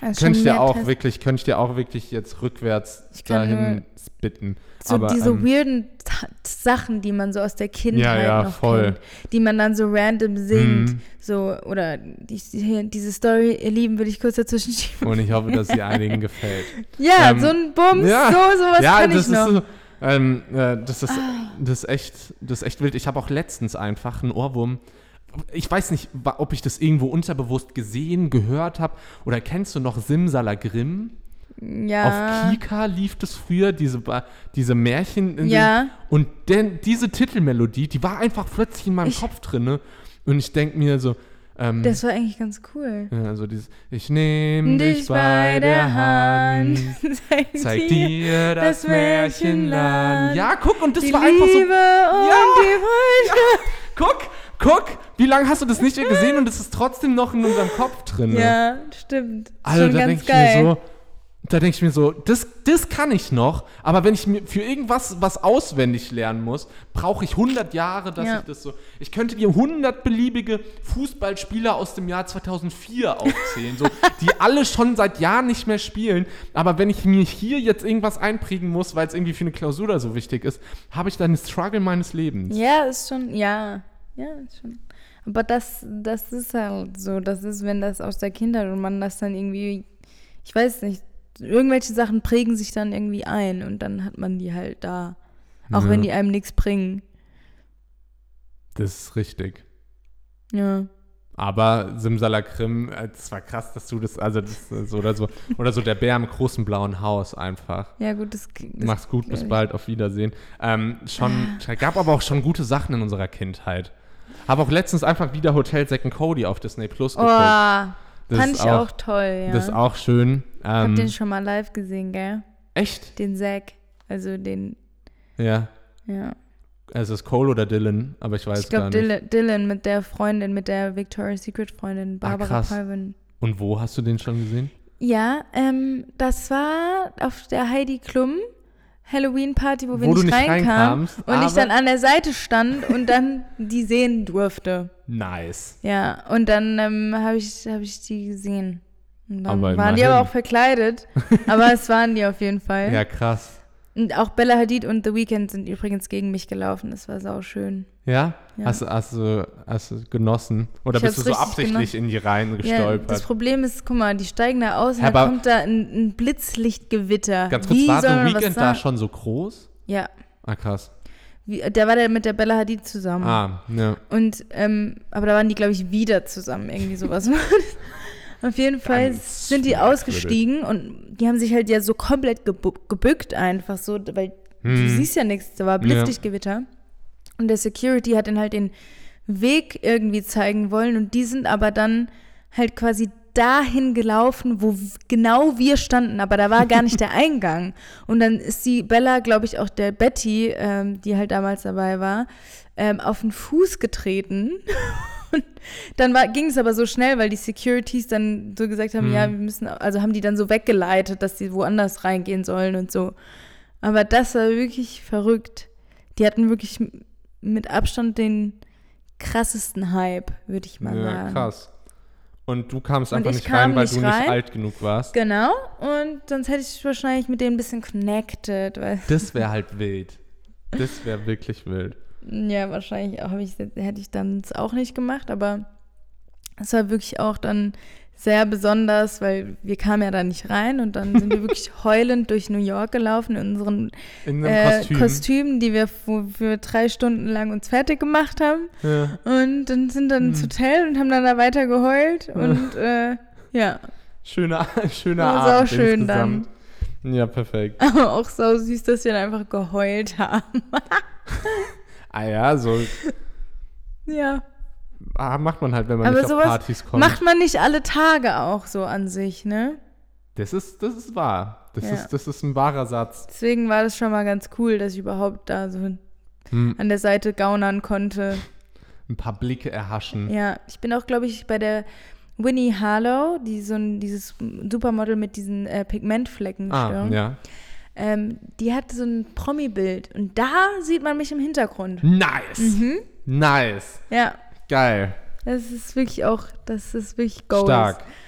Also könnte ich dir auch Test- wirklich, könnte ich dir auch wirklich jetzt rückwärts Ich kann dahin spitten. So Aber, diese ähm, weirden T- Sachen, die man so aus der Kindheit Ja, ja, noch voll. kennt, die man dann so random singt, Mhm. so, oder die, die, diese Story, ihr Lieben, würde ich kurz dazwischen schieben. Und ich hoffe, dass sie einigen gefällt. Ja, Ähm, so ein Bums, ja, so, sowas ja, kann das ich noch. ist so, ähm, äh, das ist, Ah. das ist echt, das ist echt wild. Ich habe auch letztens einfach einen Ohrwurm. Ich weiß nicht, wa- ob ich das irgendwo unterbewusst gesehen, gehört habe. Oder kennst du noch Simsalagrim? Ja. Auf Kika lief das früher, diese, Ba- diese Märchen. In Ja. Den, und denn diese Titelmelodie, die war einfach plötzlich in meinem Ich- Kopf drin. Und ich denke mir so, ähm, Das war eigentlich ganz cool. ja, also dieses, ich nehme dich bei der Hand, zeig, zeig dir das das Märchenland. Märchenland. Ja, guck, und das die war Liebe einfach so. und Ja. die Freude. Guck, guck, wie lange hast du das nicht mehr gesehen und es ist trotzdem noch in unserem Kopf drin. Ja, stimmt. Also Schon da ganz denke ich geil. mir so, da denke ich mir so, das, das kann ich noch, aber wenn ich mir für irgendwas was auswendig lernen muss, brauche ich hundert Jahre, dass Ja. ich das so, ich könnte dir hundert beliebige Fußballspieler aus dem Jahr zweitausendvier aufzählen, so, die alle schon seit Jahren nicht mehr spielen, aber wenn ich mir hier jetzt irgendwas einprägen muss, weil es irgendwie für eine Klausur oder so wichtig ist, habe ich dann den Struggle meines Lebens. Ja, ist schon, ja. Ja, ist schon. Aber das, das ist halt so, das ist, wenn das aus der Kindheit und man das dann irgendwie, ich weiß nicht, irgendwelche Sachen prägen sich dann irgendwie ein und dann hat man die halt da. Auch Ja. wenn die einem nichts bringen. Das ist richtig. Ja. Aber Simsalakrim, es war krass, dass du das, also das so oder so, oder so der Bär im großen blauen Haus einfach. Ja, gut, das, das Mach's gut, bis glaub ich. bald, auf Wiedersehen. Ähm, schon, gab aber auch schon gute Sachen in unserer Kindheit. Habe auch letztens einfach wieder Hotel Zack and Cody auf Disney Plus Oh, geguckt. Das fand ist ich auch, toll, ja. Das ist auch schön. Hab Ähm, den schon mal live gesehen, gell? echt? Den Zack, also den, Ja. ja. Also ist es Cole oder Dylan, aber ich weiß Ich gar glaube, nicht. Dylan, Dylan mit der Freundin, mit der Victoria's Secret Freundin, Barbara krass. Palvin. Und wo hast du den schon gesehen? Ja, ähm, das war auf der Heidi Klum Halloween-Party, wo wir Wo du nicht nicht reinkamen reinkamst, und ich aber- dann an der Seite stand und dann die sehen durfte. Nice. Ja, und dann ähm, habe ich, hab ich die gesehen. Und dann Aber waren die immerhin. aber auch verkleidet, aber es waren die auf jeden Fall. Ja, krass. Und auch Bella Hadid und The Weeknd sind übrigens gegen mich gelaufen, das war sauschön. Ja? Ja. Hast, du- hast, du, hast du genossen? Oder Ich bist du hab's so richtig absichtlich genossen. in die Reihen Ja, gestolpert? das Problem ist, guck mal, die steigen da aus und Ja, dann aber- kommt da ein, ein Blitzlichtgewitter. Ganz kurz, Wie war soll The man was Weeknd da sagen? schon so groß? Ja, Ah, krass. wie, der war der mit der Bella Hadid zusammen. Ah, ja. Und, ähm, aber da waren die, glaube ich, wieder zusammen, irgendwie sowas. Auf jeden Fall Ganz sind die merkwürdig. ausgestiegen und die haben sich halt ja so komplett gebu- gebückt einfach so, weil du Hm. siehst ja nichts, da war Blitzlichtgewitter. Und der Security hat dann halt den Weg irgendwie zeigen wollen und die sind aber dann halt quasi dahin gelaufen, wo w- genau wir standen, aber da war gar nicht der Eingang. Und dann ist die Bella, glaube ich, auch der Betty, ähm, die halt damals dabei war, ähm, auf den Fuß getreten. Und dann ging es aber so schnell, weil die Securities dann so gesagt haben, Mhm. ja, wir müssen, also haben die dann so weggeleitet, dass sie woanders reingehen sollen und so. Aber das war wirklich verrückt. Die hatten wirklich m- mit Abstand den krassesten Hype, würde ich mal Ja, sagen. krass. Und du kamst Und einfach ich nicht kam rein, weil nicht du nicht rein. alt genug warst. Genau, und sonst hätte ich wahrscheinlich mit denen ein bisschen connected, weil, Das wäre halt wild. Das wäre wirklich wild. ja, wahrscheinlich auch, hab ich, hätte ich dann auch nicht gemacht, aber es war wirklich auch dann sehr besonders, weil wir kamen ja da nicht rein und dann sind wir wirklich heulend durch New York gelaufen in unseren In einem äh, Kostüm. Kostümen, die wir für, für drei Stunden lang uns fertig gemacht haben. Ja. Und dann sind dann ins Hotel und haben dann da weiter geheult. Und äh, ja, Schöner, schöner Das war Abend auch schön insgesamt. Ja, perfekt. aber auch so süß, dass wir dann einfach geheult haben. Ah ja, so Ja, ah, macht man halt, wenn man aber nicht auf sowas Partys kommt. macht man nicht alle Tage auch so an sich, ne? Das ist, das ist wahr. Das, Ja. ist, das ist ein wahrer Satz. Deswegen war das schon mal ganz cool, dass ich überhaupt da so Hm. an der Seite gaunern konnte. Ein paar Blicke erhaschen. Ja, ich bin auch, glaube ich, bei der Winnie Harlow, die so ein, dieses Supermodel mit diesen äh, Pigmentflecken. Ah, ja. Ähm, die hat so ein Promi-Bild und da sieht man mich im Hintergrund. Nice. Mhm. Nice. Ja, Geil. das ist wirklich auch, das ist wirklich Goals. Stark.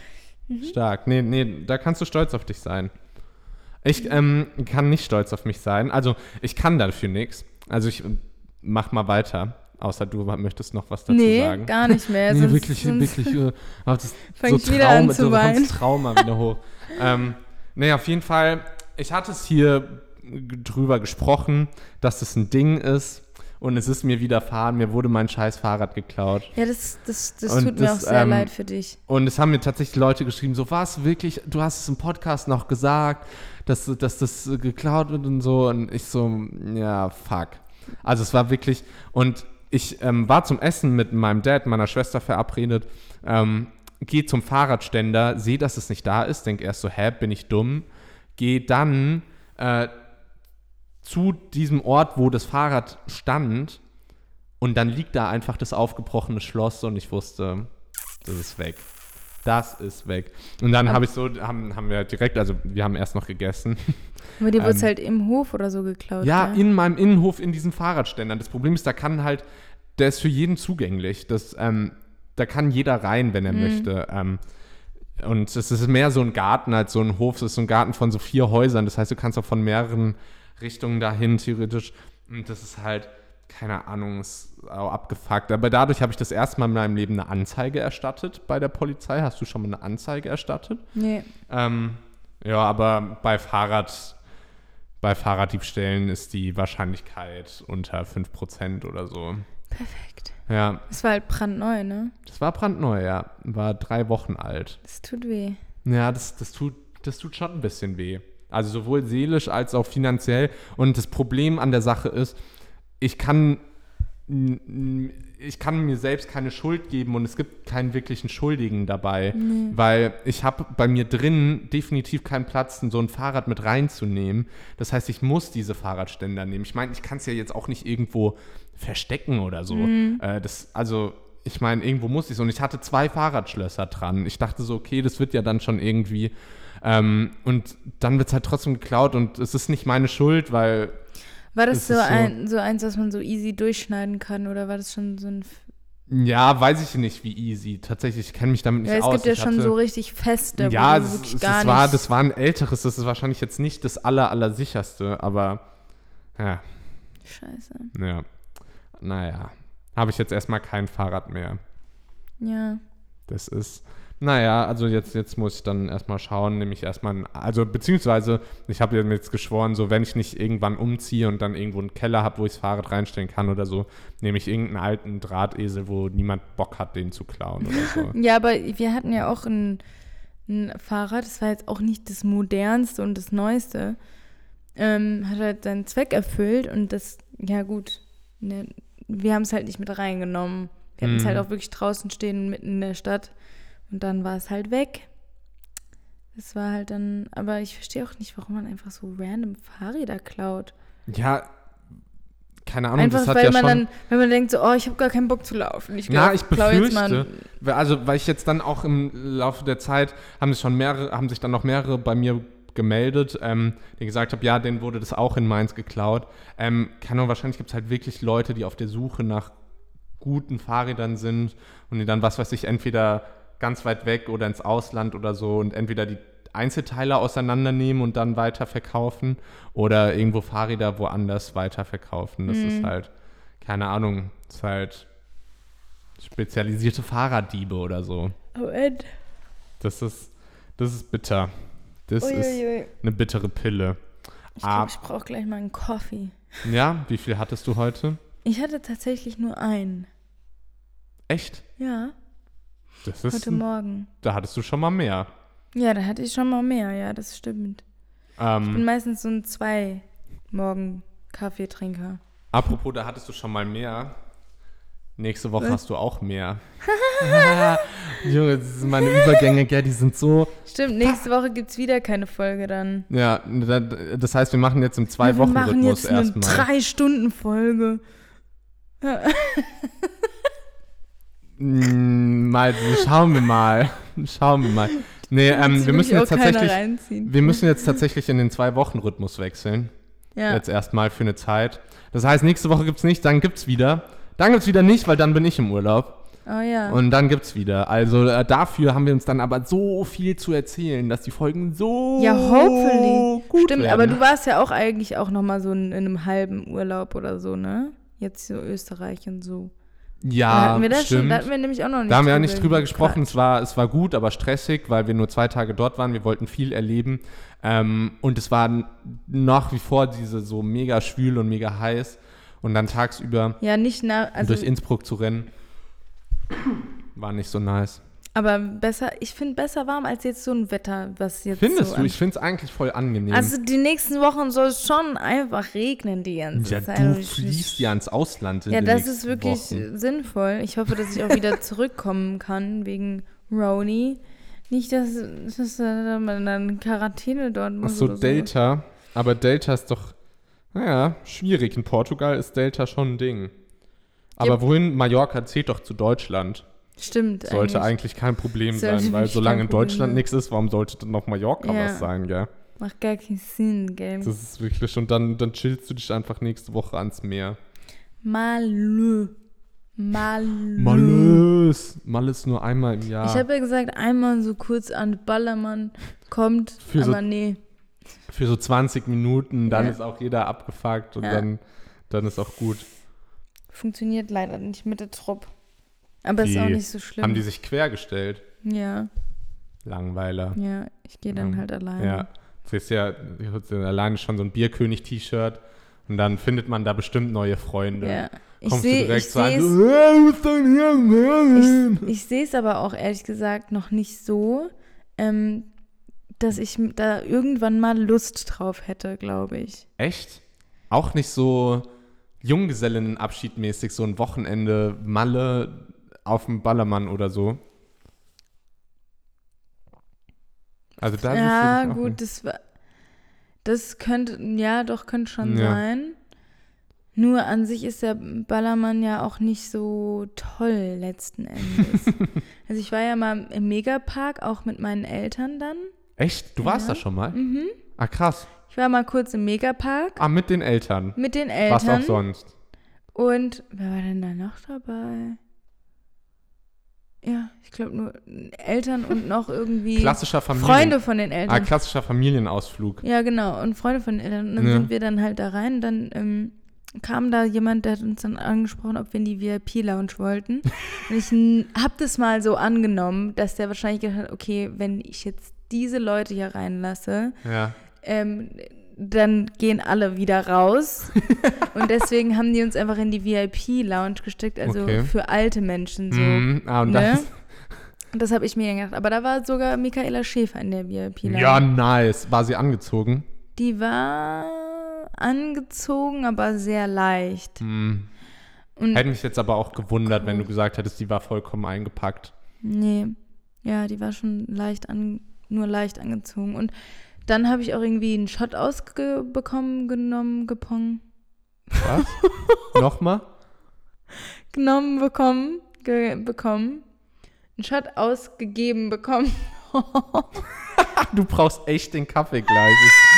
Mhm. Stark. Nee, nee, da kannst du stolz auf dich sein. Ich ähm, kann nicht stolz auf mich sein. Also, ich kann dafür nichts. Also, ich mach mal weiter. Außer du möchtest noch was dazu nee, sagen. Nee, gar nicht mehr. nee, sonst, wirklich, sonst wirklich. Äh, das fang so ich wieder an zu so weinen. Trauma wieder hoch. ähm, nee, auf jeden Fall. Ich hatte es hier drüber gesprochen, dass das ein Ding ist. Und es ist mir widerfahren, mir wurde mein scheiß Fahrrad geklaut. Ja, das, das, das Und tut mir das, auch sehr ähm, leid für dich. Und es haben mir tatsächlich Leute geschrieben, so was, wirklich, du hast es im Podcast noch gesagt, dass, dass das geklaut wird und so. Und ich so, ja, fuck. Also es war wirklich, und ich ähm, war zum Essen mit meinem Dad, meiner Schwester verabredet, ähm, gehe zum Fahrradständer, sehe, dass es nicht da ist, denke erst so, hä, bin ich dumm? Gehe dann äh, zu diesem Ort, wo das Fahrrad stand, und dann liegt da einfach das aufgebrochene Schloss und ich wusste, das ist weg. Das ist weg. Und dann habe ich so, haben, haben wir direkt, also wir haben erst noch gegessen. Aber dir wurde es ähm, halt im Hof oder so geklaut. Ja, ja, in meinem Innenhof, in diesen Fahrradständern. Das Problem ist, da kann halt, der ist für jeden zugänglich. Das, ähm, da kann jeder rein, wenn er mhm. möchte. Ähm, und es ist mehr so ein Garten als so ein Hof. Es ist so ein Garten von so vier Häusern. Das heißt, du kannst auch von mehreren Richtungen dahin, theoretisch. Und das ist halt, keine Ahnung, ist auch abgefuckt. Aber dadurch habe ich das erste Mal in meinem Leben eine Anzeige erstattet bei der Polizei. Hast du schon mal eine Anzeige erstattet? Nee. Ähm, ja, aber bei Fahrrad, bei Fahrraddiebstählen ist die Wahrscheinlichkeit unter fünf Prozent oder so. Perfekt. Ja. Das war halt brandneu, ne? Das war brandneu, ja. War drei Wochen alt. Das tut weh. Ja, das, das, tut, das tut schon ein bisschen weh. Also sowohl seelisch als auch finanziell. Und das Problem an der Sache ist, ich kann, ich kann mir selbst keine Schuld geben und es gibt keinen wirklichen Schuldigen dabei, nee. weil ich habe bei mir drin definitiv keinen Platz, so ein Fahrrad mit reinzunehmen. Das heißt, ich muss diese Fahrradständer nehmen. Ich meine, ich kann es ja jetzt auch nicht irgendwo verstecken oder so. Mhm. Äh, das, also ich meine, irgendwo muss ich es. Und ich hatte zwei Fahrradschlösser dran. Ich dachte so, okay, das wird ja dann schon irgendwie. Ähm, und dann wird es halt trotzdem geklaut und es ist nicht meine Schuld, weil War das, das so, so ein, so eins, was man so easy durchschneiden kann oder war das schon so ein... F- Ja, weiß ich nicht, wie easy. Tatsächlich, ich kenne mich damit nicht ja, es aus. gibt ja Ich schon hatte, so richtig feste, ja, wo du es, wirklich es, gar es war, nicht... das war ein älteres, das ist wahrscheinlich jetzt nicht das aller, aller sicherste, aber ja. Scheiße. Ja, naja. Habe ich jetzt erstmal kein Fahrrad mehr. Ja. Das ist, naja, also jetzt, jetzt muss ich dann erstmal schauen, nehme ich erstmal, ein, also beziehungsweise, ich habe mir jetzt geschworen, so wenn ich nicht irgendwann umziehe und dann irgendwo einen Keller habe, wo ich das Fahrrad reinstellen kann oder so, nehme ich irgendeinen alten Drahtesel, wo niemand Bock hat, den zu klauen oder so. Ja, aber wir hatten ja auch ein, ein Fahrrad, das war jetzt auch nicht das modernste und das neueste, ähm, hat halt seinen Zweck erfüllt und das, ja gut, ne, wir haben es halt nicht mit reingenommen. Wir hatten es Mhm. halt auch wirklich draußen stehen, mitten in der Stadt. Und dann war es halt weg. Das war halt dann, aber ich verstehe auch nicht, warum man einfach so random Fahrräder klaut. Ja, keine Ahnung, Einfach das hat weil ja man schon... dann, wenn man denkt so, oh, ich habe gar keinen Bock zu laufen. Ich Ja, glaub, ich klau jetzt mal befürchte, weil- also weil ich jetzt dann auch im Laufe der Zeit, haben sich schon mehrere, haben sich dann noch mehrere bei mir gemeldet, ähm, die gesagt haben, ja, denen wurde das auch in Mainz geklaut. Ähm, keine Ahnung, wahrscheinlich gibt es halt wirklich Leute, die auf der Suche nach guten Fahrrädern sind und die dann, was weiß ich, entweder ganz weit weg oder ins Ausland oder so und entweder die Einzelteile auseinandernehmen und dann weiterverkaufen oder irgendwo Fahrräder woanders weiterverkaufen. Das Mhm. ist halt, keine Ahnung, ist halt spezialisierte Fahrraddiebe oder so. Oh, Ed. Das ist, das ist bitter. Das Uiuiui. ist eine bittere Pille. Ich Ah, glaube, ich brauche gleich mal einen Coffee. ja, wie viel hattest du heute? Ich hatte tatsächlich nur einen. Echt? Ja, Das ist, heute Morgen. da hattest du schon mal mehr. Ja, da hatte ich schon mal mehr, ja, das stimmt. Ich bin Ähm, meistens so ein zwei morgen Kaffeetrinker. apropos, da hattest du schon mal mehr. Nächste Woche Was? hast du auch mehr. Junge, das sind meine Übergänge, gell, die sind so. Stimmt, nächste Woche gibt es wieder keine Folge dann. Ja, da- das heißt, wir machen jetzt im Wir machen Zwei-Wochen-Rhythmus jetzt eine erstmal. Drei-Stunden-Folge. Mm, mal, schauen wir mal. Schauen wir mal. Nee, ähm, wir müssen jetzt tatsächlich, wir müssen jetzt tatsächlich in den Zwei-Wochen-Rhythmus wechseln. Ja. Jetzt erstmal für eine Zeit. Das heißt, nächste Woche gibt's nicht, dann gibt's wieder. Dann gibt's wieder nicht, weil dann bin ich im Urlaub. Oh ja. Und dann gibt's wieder. Also äh, dafür haben wir uns dann aber so viel zu erzählen, dass die Folgen so ja, hopefully. gut Stimmt, werden. aber du warst ja auch eigentlich auch nochmal so in, in einem halben Urlaub oder so, ne? Jetzt so Österreich und so. Ja, da hatten wir das stimmt. Schon, da hatten wir nämlich auch noch nicht Da haben wir ja nicht drüber gesprochen. gequatscht. Es war, es war gut, aber stressig, weil wir nur zwei Tage dort waren. Wir wollten viel erleben. Ähm, und es war n- nach wie vor diese so mega schwül und mega heiß. Und dann tagsüber Ja, nicht nach, also, durch Innsbruck zu rennen, war nicht so nice. aber besser, ich finde besser warm als jetzt so ein Wetter, was jetzt Findest so du? an- Ich finde es eigentlich voll angenehm. Also die nächsten Wochen soll es schon einfach regnen die ganze ja, Zeit. du Und ich- fliegst ja ins Ausland in Ja, den das nächsten ist wirklich Wochen. sinnvoll. Ich hoffe, dass ich auch wieder zurückkommen kann wegen Roni. Nicht, dass, dass äh, man dann Quarantäne dort Ach muss. so, oder Delta. Aber Delta ist doch, naja, schwierig. In Portugal ist Delta schon ein Ding. Aber Ja. wohin? Mallorca zählt doch zu Deutschland. Stimmt. Sollte eigentlich kein Problem Sollte sein, weil wirklich solange kein in Problem Deutschland sein. nichts ist, warum sollte dann noch Mallorca Ja. was sein, gell? Macht gar keinen Sinn, gell? Das ist wirklich, und dann, dann chillst du dich einfach nächste Woche ans Meer. Malö. Malö. Malös. Malös nur einmal im Jahr. Ich habe ja gesagt, einmal so kurz an Ballermann kommt, Für so- aber nee. Für so zwanzig Minuten, dann Ja. ist auch jeder abgefuckt und Ja. dann, dann ist auch gut. Funktioniert leider nicht mit der Trupp. Aber ist Die- auch nicht so schlimm. Haben die sich quergestellt? Ja, Langweiler. ja, ich gehe dann Ja. halt alleine. Ja, du siehst ja, du hast ja alleine schon so ein Bierkönig-T-Shirt und dann findet man da bestimmt neue Freunde. Ja. Ich Kommst sehe du direkt ich so an, seh's- so, hey, wo ist denn hier? Ich, ich sehe es aber auch ehrlich gesagt noch nicht so, ähm, dass ich m- da irgendwann mal Lust drauf hätte, glaube ich. Echt? Auch nicht so Junggesellinnenabschied-mäßig, so ein Wochenende Malle auf dem Ballermann oder so? Also da Ja, siehst du dich auch gut, nicht. das war, das könnte, ja, doch, könnte schon Ja. sein. Nur an sich ist der Ballermann ja auch nicht so toll letzten Endes. Also ich war ja mal im Megapark, auch mit meinen Eltern dann. Echt? Du warst Ja. da schon mal? Mhm. Ah, krass. Ich war mal kurz im Megapark Ah, mit den Eltern. mit den Was auch Eltern. sonst. Und wer war denn da noch dabei? Ja, ich glaube nur Eltern und noch irgendwie Klassischer Familien... Freunde von den Ah, Eltern. klassischer Familienausflug. Ja, genau. Und Freunde von den Eltern. Und dann Ja. sind wir dann halt da rein. Dann ähm, kam da jemand, der hat uns dann angesprochen, ob wir in die V I P-Lounge wollten. Und ich n- hab das mal so angenommen, dass der wahrscheinlich gedacht hat, okay, wenn ich jetzt diese Leute hier reinlasse, Ja. ähm, dann gehen alle wieder raus. Und deswegen haben die uns einfach in die V I P-Lounge gesteckt, also Okay. für alte Menschen so. Mhm. Ah, und ne? das... Und das habe ich mir gedacht. Aber da war sogar Michaela Schäfer in der V I P-Lounge. Ja, nice. War sie angezogen? Die war angezogen, aber sehr leicht. Hm. Und Hätte mich jetzt aber auch gewundert, Cool. wenn du gesagt hättest, die war vollkommen eingepackt. nee, ja, die war schon leicht an, nur leicht angezogen. Und dann habe ich auch irgendwie einen Shot ausbekommen, genommen, gepong, Was? Nochmal? genommen, bekommen, ge bekommen. Einen Shot ausgegeben bekommen. Du brauchst echt den Kaffee gleich.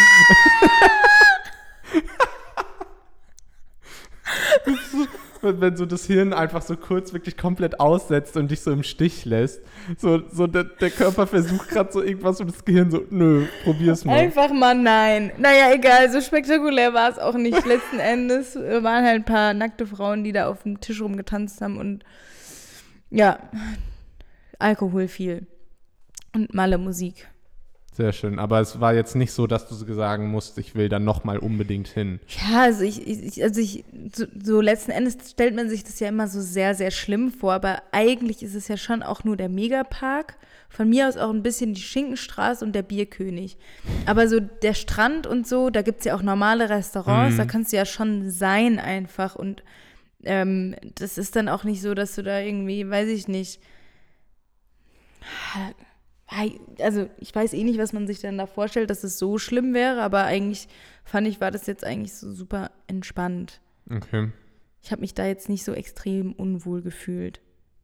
Wenn wenn so das Hirn einfach so kurz wirklich komplett aussetzt und dich so im Stich lässt. So, so der, der Körper versucht gerade so irgendwas und das Gehirn so, nö, probier's mal. Einfach mal nein. Naja, egal, so spektakulär war es auch nicht. Letzten Endes äh, waren halt ein paar nackte Frauen, die da auf dem Tisch rumgetanzt haben und ja, Alkohol viel. Und Malle Musik. Sehr schön, aber es war jetzt nicht so, dass du so sagen musst, ich will da nochmal unbedingt hin. Ja, also ich, ich also ich, so, so letzten Endes stellt man sich das ja immer so sehr, sehr schlimm vor, aber eigentlich ist es ja schon auch nur der Megapark. Von mir aus auch ein bisschen die Schinkenstraße und der Bierkönig. Aber so der Strand und so, da gibt es ja auch normale Restaurants, Mhm. da kannst du ja schon sein einfach und ähm, das ist dann auch nicht so, dass du da irgendwie, weiß ich nicht, also ich weiß eh nicht, was man sich dann da vorstellt, dass es so schlimm wäre, aber eigentlich fand ich, war das jetzt eigentlich so super entspannt. Okay. Ich habe mich da jetzt nicht so extrem unwohl gefühlt.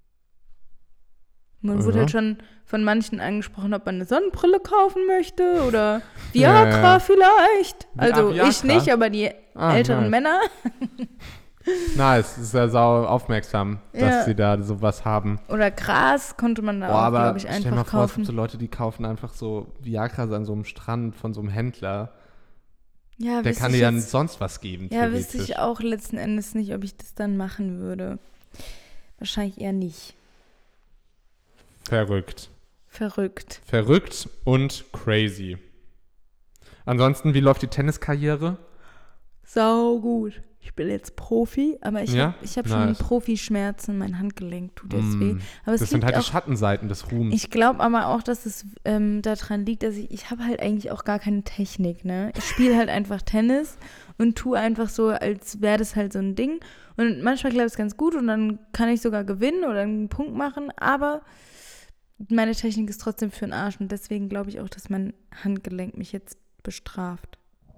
Man Aha. wurde halt schon von manchen angesprochen, ob man eine Sonnenbrille kaufen möchte oder Ja, Viagra ja. vielleicht. Vi- Also ah, Viagra? ich nicht, aber die Ah, älteren nice. Männer. Nice, ist ja sau aufmerksam, dass Ja. sie da sowas haben. Oder Gras konnte man da Boah, auch, aber glaube ich, stell dir einfach mal vor, es gibt kaufen. so Leute, die kaufen einfach so Viagra an so einem Strand von so einem Händler. Ja, Der wüsste kann ich dir dann jetzt- sonst was geben, Ja, theoretisch. wüsste ich auch letzten Endes nicht, ob ich das dann machen würde. Wahrscheinlich eher nicht. Verrückt. Verrückt. Verrückt und crazy. Ansonsten, wie läuft die Tenniskarriere? Sau gut. Ich bin jetzt Profi, aber ich Ja? habe ich hab Nice. schon Profischmerzen. Mein Handgelenk tut jetzt Mm, weh. Aber es Das sind liegt halt die auch, Schattenseiten des Ruhms. ich glaube aber auch, dass es ähm, daran liegt, dass ich, ich habe halt eigentlich auch gar keine Technik, ne? Ich spiele halt einfach Tennis und tue einfach so, als wäre das halt so ein Ding. Und manchmal klappt es ganz gut und dann kann ich sogar gewinnen oder einen Punkt machen, aber meine Technik ist trotzdem für den Arsch und deswegen glaube ich auch, dass mein Handgelenk mich jetzt bestraft.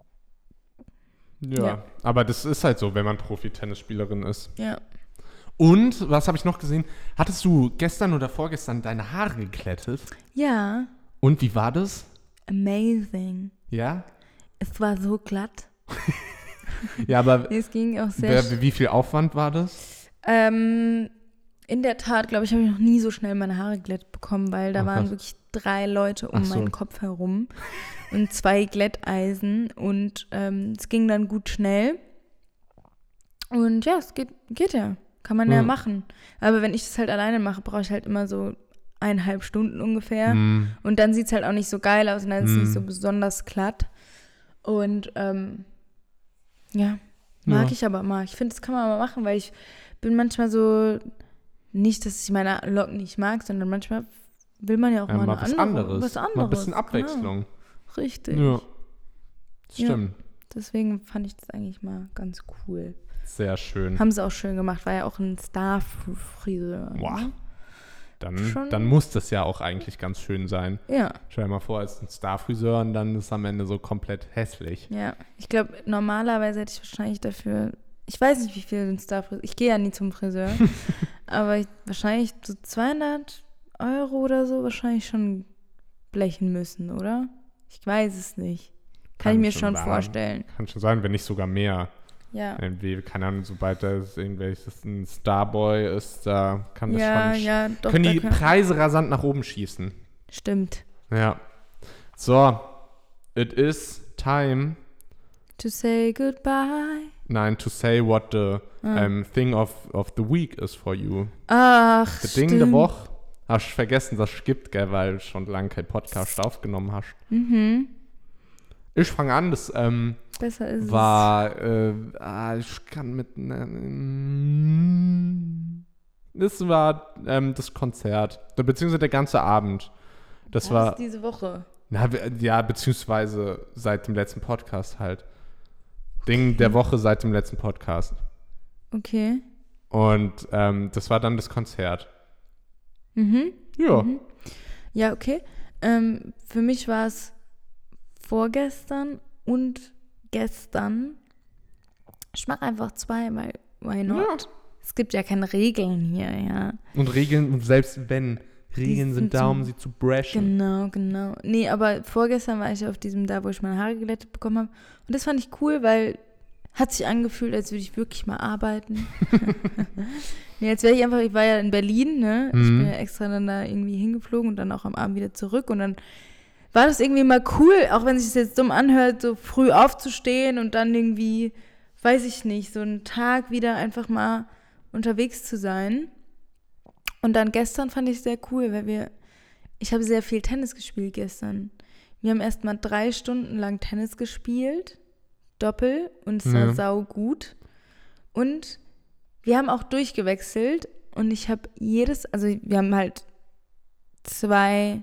ja, ja. aber das ist halt so, wenn man Profi-Tennisspielerin ist. Ja. Und, was habe ich noch gesehen? Hattest du gestern oder vorgestern deine Haare geklettet? Ja, Und wie war das? amazing. Ja? Es war so glatt. Ja, aber Es ging auch sehr wer, wie viel Aufwand war das? Ähm, in der Tat, glaube ich, habe ich noch nie so schnell meine Haare glätt bekommen, weil da Ach, waren krass. wirklich drei Leute um Ach so. meinen Kopf herum und zwei Glätteisen und ähm, es ging dann gut schnell. Und ja, es geht, geht ja. Kann man ja Mhm. machen. Aber wenn ich das halt alleine mache, brauche ich halt immer so eineinhalb Stunden ungefähr. Hm, Und dann sieht es halt auch nicht so geil aus und dann ist es Mhm. nicht so besonders glatt. Und ähm, ja, mag Ja. ich aber mal. Ich finde, das kann man mal machen, weil ich bin manchmal so, nicht, dass ich meine Locken nicht mag, sondern manchmal will man ja auch ja, mal, mal eine was andere, anderes. was anderes. Mal ein bisschen Genau. Abwechslung. Richtig. Ja. Ja. Stimmt. Deswegen fand ich das eigentlich mal ganz cool. Sehr schön. Haben sie auch schön gemacht, war ja auch ein Star-Friseur. Boah. Ne? Dann, Schon- dann muss das ja auch eigentlich ganz schön sein. Ja, Stell dir mal vor, es ist ein Starfriseur und dann ist es am Ende so komplett hässlich. ja. Ich glaube, normalerweise hätte ich wahrscheinlich dafür, ich weiß nicht, wie viel ein Star-Friseur, ich gehe ja nie zum Friseur, aber ich, wahrscheinlich so zweihundert Euro oder so wahrscheinlich schon blechen müssen, oder? Ich weiß es nicht. Kann, Kann ich mir schon schon sein. vorstellen. Kann schon sein, wenn nicht sogar mehr. Ja. Irgendwie, keine Ahnung, sobald das irgendwelches ein Starboy ist, da kann das Ja, schon. ja, doch. können da die kann- Preise rasant nach oben schießen. Stimmt. Ja. So, it is time, To say goodbye. nein, to say what the Ah. um, thing of, of the week is for you. Ach, Das stimmt. Ding der Woche. Hast du vergessen, dass es gibt, gell, weil du schon lange kein Podcast aufgenommen hast. Mhm. Ich fange an, das ähm, Besser ist war, äh, ah, ich kann mit, ne, das war ähm, das Konzert, beziehungsweise der ganze Abend. Das es. war, Das diese Woche. na, be- ja, beziehungsweise seit dem letzten Podcast halt. Ding der Woche seit dem letzten Podcast. Okay. Und ähm, das war dann das Konzert. Mhm. Ja. Mhm. Ja, okay. Ähm, für mich war es vorgestern und gestern. Ich mache einfach zwei, weil why not? Ja. Es gibt ja keine Regeln hier, ja. Und Regeln, und selbst wenn, Regeln sind sind da, so- um sie zu brashen. Genau, genau. Nee, aber vorgestern war ich auf diesem, da wo ich meine Haare glättet bekommen habe. Und das fand ich cool, weil hat sich angefühlt, als würde ich wirklich mal arbeiten. Nee, jetzt wäre ich einfach, ich war ja in Berlin, ne? Ich Mhm. bin ja extra dann da irgendwie hingeflogen und dann auch am Abend wieder zurück. Und dann war das irgendwie mal cool, auch wenn sich das jetzt dumm anhört, so früh aufzustehen und dann irgendwie, weiß ich nicht, so einen Tag wieder einfach mal unterwegs zu sein. Und dann gestern fand ich es sehr cool, weil wir, ich habe sehr viel Tennis gespielt gestern. Wir haben erst mal drei Stunden lang Tennis gespielt, Doppel, und es war Ja. sau gut. Und wir haben auch durchgewechselt und ich habe jedes, also wir haben halt zwei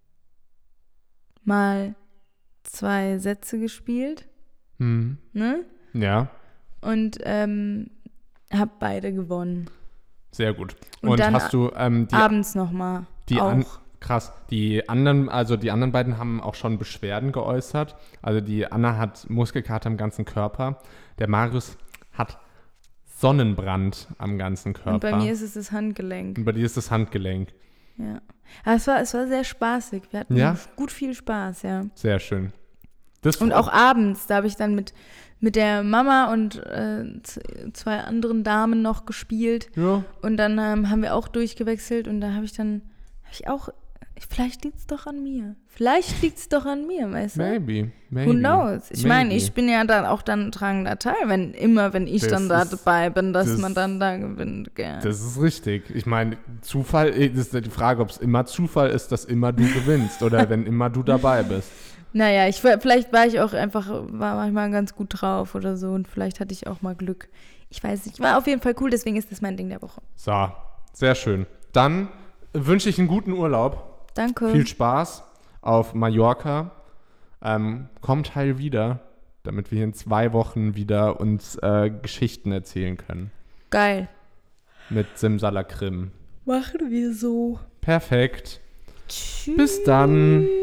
mal zwei Sätze gespielt, Mhm. ne? Ja, Und ähm, habe beide gewonnen. sehr gut. Und Und, dann hast du ähm, die, Abends nochmal die auch. an, krass, die anderen, also die anderen beiden haben auch schon Beschwerden geäußert. Also die Anna hat Muskelkater am ganzen Körper. Der Marius hat Sonnenbrand am ganzen Körper. Und bei mir ist es das Handgelenk. Und bei dir ist das Handgelenk. Ja. Aber es war, es war sehr spaßig. Wir hatten Ja? gut viel Spaß, ja. Sehr schön. Das Und freut- auch abends, da habe ich dann mit mit der Mama und äh, z- zwei anderen Damen noch gespielt. Ja. Und dann ähm, haben wir auch durchgewechselt und da habe ich dann, habe ich auch, vielleicht liegt es doch an mir. Vielleicht liegt es doch an mir, weißt du? Maybe, maybe. Who knows? Ich meine, maybe. ich bin ja dann auch dann tragender Teil, wenn immer, wenn ich Das dann da ist- dabei bin, dass das- man dann da gewinnt. Gell? Das ist richtig. Ich meine, Zufall, das ist die Frage, ob es immer Zufall ist, dass immer du gewinnst oder wenn immer du dabei bist. Naja, ich, war- vielleicht war ich auch einfach, war manchmal ganz gut drauf oder so und vielleicht hatte ich auch mal Glück. Ich weiß nicht, war auf jeden Fall cool, deswegen ist das mein Ding der Woche. So, sehr schön. Dann wünsche ich einen guten Urlaub. Danke. Viel Spaß auf Mallorca. Ähm, kommt heil wieder, damit wir in zwei Wochen wieder uns äh, Geschichten erzählen können. Geil. Mit Simsalakrim. Machen wir so. Perfekt. Tschüss. Bis dann.